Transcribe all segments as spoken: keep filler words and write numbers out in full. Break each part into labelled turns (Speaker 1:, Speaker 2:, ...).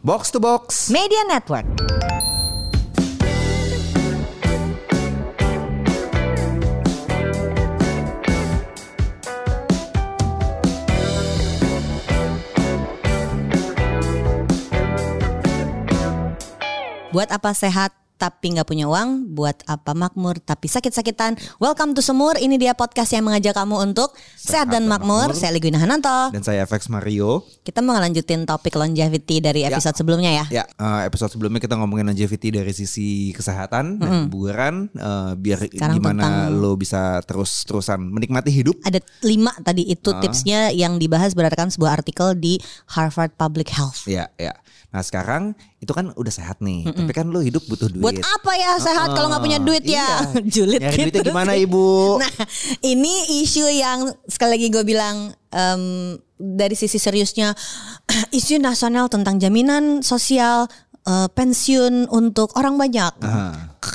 Speaker 1: Box to Box
Speaker 2: Media Network. Buat apa sehat tapi gak punya uang, buat apa makmur tapi sakit-sakitan. Welcome to Semur, ini dia podcast yang mengajak kamu untuk sehat, sehat dan makmur. makmur Saya Ligwina Hananto.
Speaker 1: Dan saya F X Mario.
Speaker 2: Kita mau ngelanjutin topik longevity dari episode ya. sebelumnya ya.
Speaker 1: Ya, uh, episode sebelumnya kita ngomongin longevity dari sisi kesehatan mm-hmm. dan kebugaran, uh, biar Sekarang gimana tentang... lo bisa terus-terusan menikmati hidup. Ada
Speaker 2: lima tadi itu uh. tipsnya yang dibahas berdasarkan sebuah artikel di Harvard Public Health.
Speaker 1: Ya, ya. Nah sekarang itu kan udah sehat nih, Mm-mm. tapi kan lo hidup butuh duit.
Speaker 2: Buat apa ya sehat uh, kalau nggak punya duit ya?
Speaker 1: Iya.
Speaker 2: Julid
Speaker 1: nyari
Speaker 2: gitu.
Speaker 1: Duitnya gimana ibu?
Speaker 2: Nah ini isu yang sekali lagi gue bilang um, dari sisi seriusnya isu nasional tentang jaminan sosial uh, pensiun untuk orang banyak. Uh.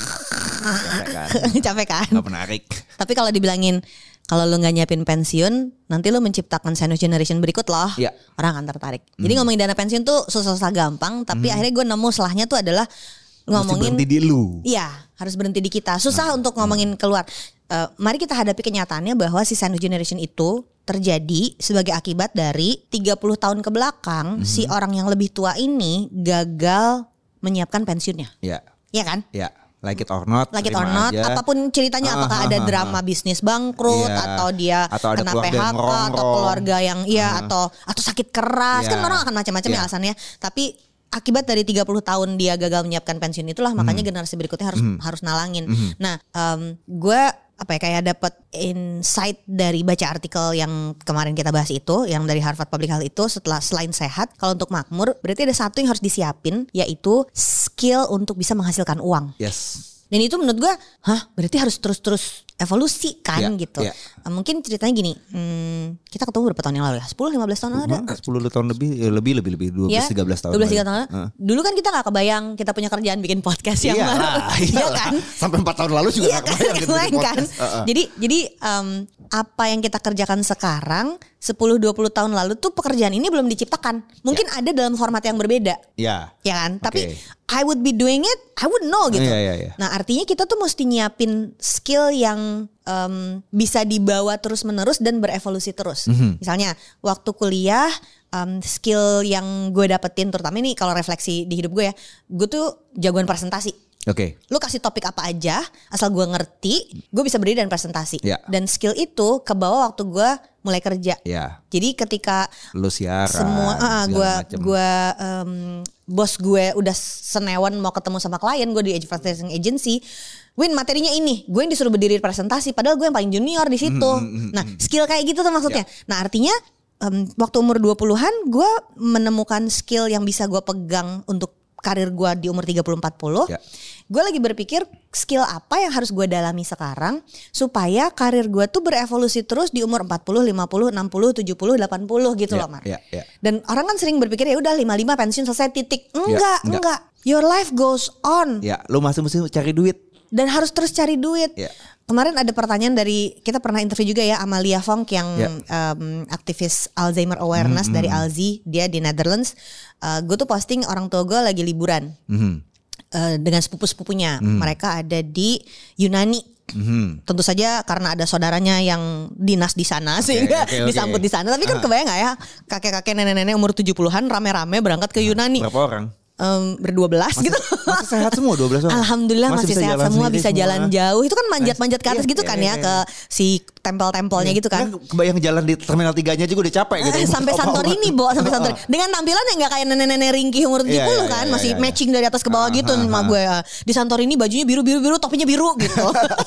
Speaker 2: Capek kan? Capek kan?
Speaker 1: Gak menarik.
Speaker 2: Tapi kalau dibilangin kalau lo gak nyiapin pensiun, nanti lo menciptakan sandwich generation berikut loh. Ya. Orang akan tertarik. Mm. Jadi ngomongin dana pensiun tuh susah-susah gampang. Tapi mm. akhirnya gue nemu selahnya tuh adalah ngomongin.
Speaker 1: Mesti berhenti di lu.
Speaker 2: Iya, harus berhenti di kita. Susah nah. untuk ngomongin keluar. Uh, mari kita hadapi kenyataannya bahwa si sandwich generation itu terjadi sebagai akibat dari tiga puluh tahun ke belakang. Mm. Si orang yang lebih tua ini gagal menyiapkan pensiunnya. Iya. Iya kan?
Speaker 1: Iya. Like it or not,
Speaker 2: like it or not, aja. Apapun ceritanya, apakah ada drama bisnis bangkrut yeah. atau dia atau kena P H K atau keluarga yang iya uh. atau atau sakit keras, yeah. kan orang akan macam-macam yeah. ya alasannya. Tapi akibat dari tiga puluh tahun dia gagal menyiapkan pensiun itulah makanya mm. generasi berikutnya harus mm. harus nalangin. Mm. Nah, um, gue apa ya kayak dapat insight dari baca artikel yang kemarin kita bahas itu, yang dari Harvard Public Health itu, setelah selain sehat, kalau untuk makmur berarti ada satu yang harus disiapin, yaitu skill untuk bisa menghasilkan uang.
Speaker 1: Yes.
Speaker 2: Dan itu menurut gue, hah berarti harus terus-terus evolusi kan yeah, gitu. Yeah. Mungkin ceritanya gini, hmm, kita ketemu berapa tahun yang lalu ya? sepuluh lima belas tahun lalu ada?
Speaker 1: sepuluh tahun lebih, ya lebih lebih lebih dua belas tiga belas tahun.
Speaker 2: dua belas tiga belas tahun lalu. Uh. Dulu kan kita gak kebayang kita punya kerjaan bikin podcast yang
Speaker 1: baru. Iya
Speaker 2: kan?
Speaker 1: Sampai empat tahun lalu juga gak kebayang kita bikin podcast. Kan?
Speaker 2: Uh-uh. Jadi jadi um, apa yang kita kerjakan sekarang sepuluh dua puluh tahun lalu tuh pekerjaan ini belum diciptakan. Mungkin yeah. ada dalam format yang berbeda.
Speaker 1: Iya.
Speaker 2: Yeah. Ya kan? Okay. Tapi I would be doing it, I would know gitu.
Speaker 1: Yeah, yeah, yeah.
Speaker 2: Nah artinya kita tuh mesti nyiapin skill yang um, bisa dibawa terus menerus dan berevolusi terus. Mm-hmm. Misalnya waktu kuliah um, skill yang gue dapetin terutama ini kalau refleksi di hidup gue ya, gue tuh jagoan presentasi.
Speaker 1: Oke. Okay.
Speaker 2: Lu kasih topik apa aja, asal gue ngerti, gue bisa berdiri dan presentasi.
Speaker 1: Yeah.
Speaker 2: Dan skill itu kebawa waktu gue mulai kerja.
Speaker 1: Yeah.
Speaker 2: Jadi ketika
Speaker 1: lu siaran,
Speaker 2: semua, uh, gue, gue, um, bos gue udah senewan mau ketemu sama klien, gue di advertising agency. Win materinya ini, gue yang disuruh berdiri presentasi, padahal gue yang paling junior di situ. Mm-hmm. Nah, skill kayak gitu tuh maksudnya. Yeah. Nah, artinya um, waktu umur dua puluhan gue menemukan skill yang bisa gue pegang untuk karir gue di umur tiga puluh empat puluh. Yeah. Gue lagi berpikir skill apa yang harus gue dalami sekarang supaya karir gue tuh berevolusi terus di umur empat puluh, lima puluh, enam puluh, tujuh puluh, delapan puluh gitu yeah, loh Mar.
Speaker 1: Yeah, yeah.
Speaker 2: Dan orang kan sering berpikir ya udah lima puluh lima pensiun selesai titik. Enggak, yeah, enggak, enggak. Your life goes on.
Speaker 1: Ya, yeah, lu masih mesti cari duit.
Speaker 2: Dan harus terus cari duit. Yeah. Kemarin ada pertanyaan dari, kita pernah interview juga ya Amalia Vonk yang yeah. um, aktivis Alzheimer Awareness mm-hmm. dari Alzi, dia di Netherlands. Uh, gue tuh posting orang tua gue lagi liburan mm-hmm. uh, dengan sepupu-sepupunya. Mm-hmm. Mereka ada di Yunani. Mm-hmm. Tentu saja karena ada saudaranya yang dinas di sana okay, sehingga okay, okay. disambut di sana. Tapi kan uh. kebayang gak ya kakek-kakek nenek-nenek umur tujuh puluhan rame-rame berangkat ke Yunani.
Speaker 1: Berapa orang?
Speaker 2: Um, berdua belas
Speaker 1: masih,
Speaker 2: gitu.
Speaker 1: Masih sehat semua dua belas orang.
Speaker 2: Alhamdulillah masih, masih sehat semua, bisa
Speaker 1: semua.
Speaker 2: Jalan jauh. Itu kan manjat-manjat ke atas
Speaker 1: iya,
Speaker 2: gitu
Speaker 1: iya,
Speaker 2: kan
Speaker 1: iya,
Speaker 2: ya
Speaker 1: iya.
Speaker 2: ke si tempel-tempelnya iya. gitu kan.
Speaker 1: Kebayang jalan di terminal tiganya juga udah capek gitu.
Speaker 2: Sampai Santorini, Bo, sampai Santorini. Dengan tampilan yang enggak kayak nenek-nenek ringkih umur tujuh puluh iya, kan, iya, masih iya, masih matching dari atas ke bawah gitu sama gue. Di Santorini bajunya biru-biru-biru, topinya biru gitu.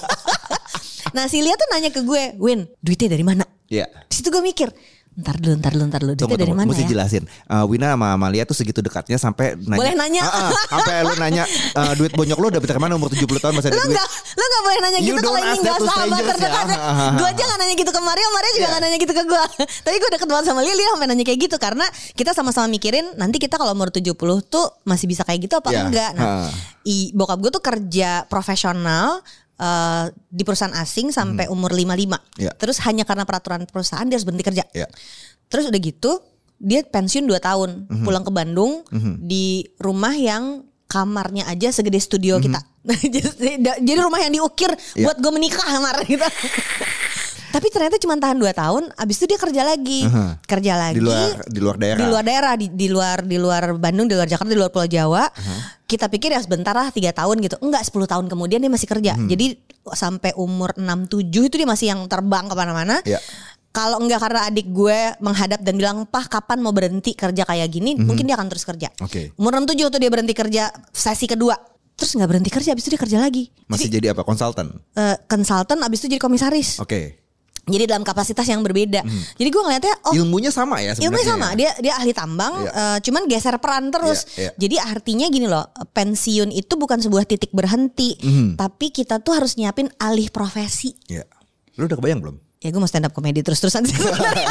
Speaker 2: Nah, si Lia tuh nanya ke gue, "Win, duitnya dari mana?"
Speaker 1: Iya.
Speaker 2: Di situ gue mikir, Ntar dulu, ntar dulu, ntar dulu. Duitnya dari mana
Speaker 1: mesti
Speaker 2: ya?
Speaker 1: jelasin. Uh, Wina sama Amalia tuh segitu dekatnya sampai nanya.
Speaker 2: Boleh nanya.
Speaker 1: Uh, uh, sampai lu nanya uh, duit bonyok lu udah dari mana umur tujuh puluh tahun masih ada
Speaker 2: lu
Speaker 1: duit.
Speaker 2: Gak, lu gak boleh nanya
Speaker 1: You
Speaker 2: gitu kalau ini gak sahabat terdekat. Ya. Gue aja gak nanya gitu ke Maria, Maria juga yeah. gak nanya gitu ke gue. Tapi gue deket banget sama Lili sampai nanya kayak gitu. Karena kita sama-sama mikirin nanti kita kalau umur tujuh puluh tuh masih bisa kayak gitu apa yeah. enggak. Nah, uh. i, bokap gue tuh kerja profesional Uh, di perusahaan asing sampai hmm. umur lima puluh lima. Yeah. Terus hanya karena peraturan perusahaan dia harus berhenti kerja. Yeah. Terus udah gitu dia pensiun dua tahun, mm-hmm. pulang ke Bandung mm-hmm. di rumah yang kamarnya aja segede studio mm-hmm. kita. jadi, jadi rumah yang diukir yeah. buat gue menikah kamar gitu. Tapi ternyata cuma tahan dua tahun, abis itu dia kerja lagi, uh-huh. kerja lagi
Speaker 1: di luar di luar daerah,
Speaker 2: di luar daerah, di, di luar di luar Bandung, di luar Jakarta, di luar Pulau Jawa. Uh-huh. Kita pikir ya sebentar lah tiga tahun gitu, enggak sepuluh tahun kemudian dia masih kerja. Uh-huh. Jadi sampai umur enam tujuh itu dia masih yang terbang kemana-mana. Yeah. Kalau enggak karena adik gue menghadap dan bilang, "Pah, kapan mau berhenti kerja kayak gini?" Uh-huh. Mungkin dia akan terus kerja.
Speaker 1: Okay.
Speaker 2: Umur enam tujuh tuh dia berhenti kerja sesi kedua. Terus nggak berhenti kerja, abis itu dia kerja lagi.
Speaker 1: Masih jadi, jadi apa? Konsultan?
Speaker 2: Uh, konsultan, abis itu jadi komisaris.
Speaker 1: Oke. Okay.
Speaker 2: Jadi dalam kapasitas yang berbeda. Hmm. Jadi gue ngeliatnya, oh
Speaker 1: ilmunya sama ya sebenarnya. Ilmunya
Speaker 2: sama. Dia dia ahli tambang, yeah. uh, cuman geser peran terus. Yeah, yeah. Jadi artinya gini loh, pensiun itu bukan sebuah titik berhenti, mm. tapi kita tuh harus nyiapin alih profesi.
Speaker 1: Iya. Yeah. Lu udah kebayang belum?
Speaker 2: Ya gue mau stand up comedy terus-terusan sih.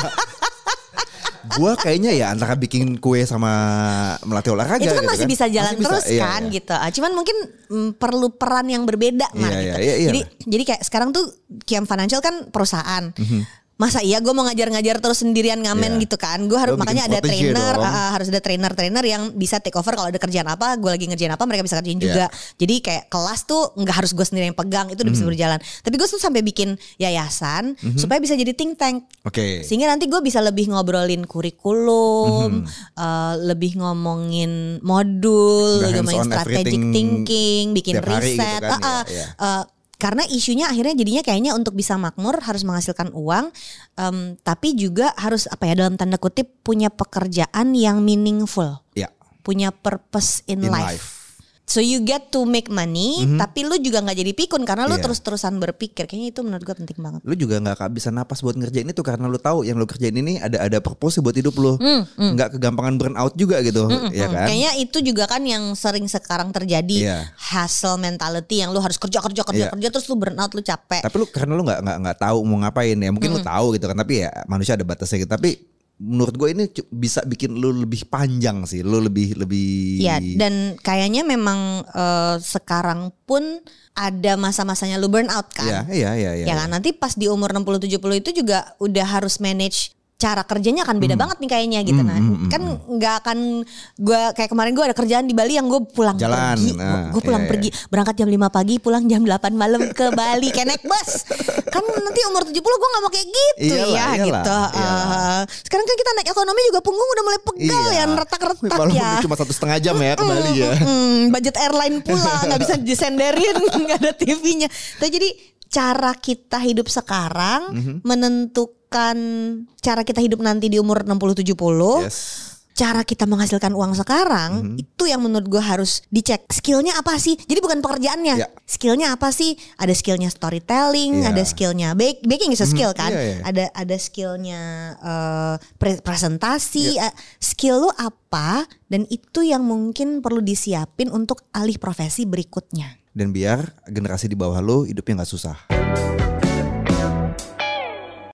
Speaker 1: Gue kayaknya ya antara bikin kue sama melatih olahraga
Speaker 2: itu kan
Speaker 1: gitu
Speaker 2: masih
Speaker 1: kan.
Speaker 2: bisa jalan
Speaker 1: masih
Speaker 2: terus
Speaker 1: bisa,
Speaker 2: kan
Speaker 1: iya, iya.
Speaker 2: gitu. Cuman mungkin mm, perlu peran yang berbeda
Speaker 1: iya,
Speaker 2: Mar,
Speaker 1: iya,
Speaker 2: gitu.
Speaker 1: iya, iya,
Speaker 2: jadi
Speaker 1: iya.
Speaker 2: jadi kayak sekarang tuh Kiam Financial kan perusahaan.
Speaker 1: Mm-hmm.
Speaker 2: Masa iya gue mau ngajar-ngajar terus sendirian ngamen yeah. gitu kan. Gue harus makanya ada trainer, uh, harus ada trainer-trainer yang bisa take over kalau ada kerjaan apa, gue lagi ngerjain apa, mereka bisa kerjain yeah. juga. Jadi kayak kelas tuh nggak harus gue sendiri yang pegang, itu udah mm-hmm. bisa berjalan. Tapi gue tuh sampai bikin yayasan mm-hmm. supaya bisa jadi think tank.
Speaker 1: Okay.
Speaker 2: Sehingga nanti gue bisa lebih ngobrolin kurikulum, mm-hmm. uh, lebih ngomongin modul, ngomongin strategic thinking, bikin riset. Gitu kan, uh, uh, yeah, yeah. Uh, Karena isunya akhirnya jadinya kayaknya untuk bisa makmur harus menghasilkan uang, um, tapi juga harus apa ya dalam tanda kutip punya pekerjaan yang meaningful,
Speaker 1: ya.
Speaker 2: Punya purpose in, in life. life. So you get to make money, mm-hmm. tapi lu juga nggak jadi pikun karena lu yeah. terus-terusan berpikir. Kayaknya itu menurut gue penting banget.
Speaker 1: Lu juga nggak kehabisan napas buat ngerjain itu karena lu tahu yang lu kerjain ini ada ada purpose buat hidup lu. Mm, mm. Nggak kegampangan burn out juga gitu, mm, ya kan?
Speaker 2: Kayaknya itu juga kan yang sering sekarang terjadi, yeah. hustle mentality yang lu harus kerja kerja kerja yeah. kerja terus lu burn out, lu capek.
Speaker 1: Tapi lu karena lu nggak nggak nggak tahu mau ngapain ya, mungkin mm. lu tahu gitu kan, tapi ya manusia ada batasnya gitu. Tapi menurut gue ini bisa bikin lu lebih panjang sih, lu lebih lebih.
Speaker 2: Ya, dan kayaknya memang uh, sekarang pun ada masa-masanya lu burn out kan.
Speaker 1: Iya, iya, iya.
Speaker 2: Ya, ya, ya kan, nanti pas di umur enam puluh tujuh puluh itu juga udah harus manage. Cara kerjanya akan beda mm. banget nih kayaknya gitu. Nah, mm, kan nggak akan gue kayak kemarin gue ada kerjaan di Bali yang gue pulang
Speaker 1: Jalan,
Speaker 2: pergi,
Speaker 1: nah,
Speaker 2: gue pulang
Speaker 1: iya,
Speaker 2: pergi, berangkat jam lima pagi, pulang jam delapan malam ke Bali kayak naik bus. Kan nanti umur tujuh puluh gue nggak mau kayak gitu iyalah, ya iyalah, gitu. Iyalah. Uh, sekarang kan kita naik ekonomi juga punggung udah mulai pegal iya. ya, retak-retak ya.
Speaker 1: Cuma satu setengah jam ya ke Bali ya.
Speaker 2: Mm, budget airline pula nggak bisa disenderin, nggak ada T V-nya. Nah, jadi cara kita hidup sekarang mm-hmm. menentukan kan cara kita hidup nanti di umur enam puluh tujuh puluh. Yes. Cara kita menghasilkan uang sekarang mm-hmm. itu yang menurut gue harus dicek. Skillnya apa sih? Jadi bukan pekerjaannya. Yeah. Skillnya apa sih? Ada skillnya storytelling, yeah. ada skillnya bake, baking is a skill kan. Mm-hmm. Yeah, yeah. Ada ada skillnya uh, pre- presentasi. Yeah. Uh, skill lu apa? Dan itu yang mungkin perlu disiapin untuk alih profesi berikutnya.
Speaker 1: Dan biar generasi di bawah lu hidupnya nggak susah.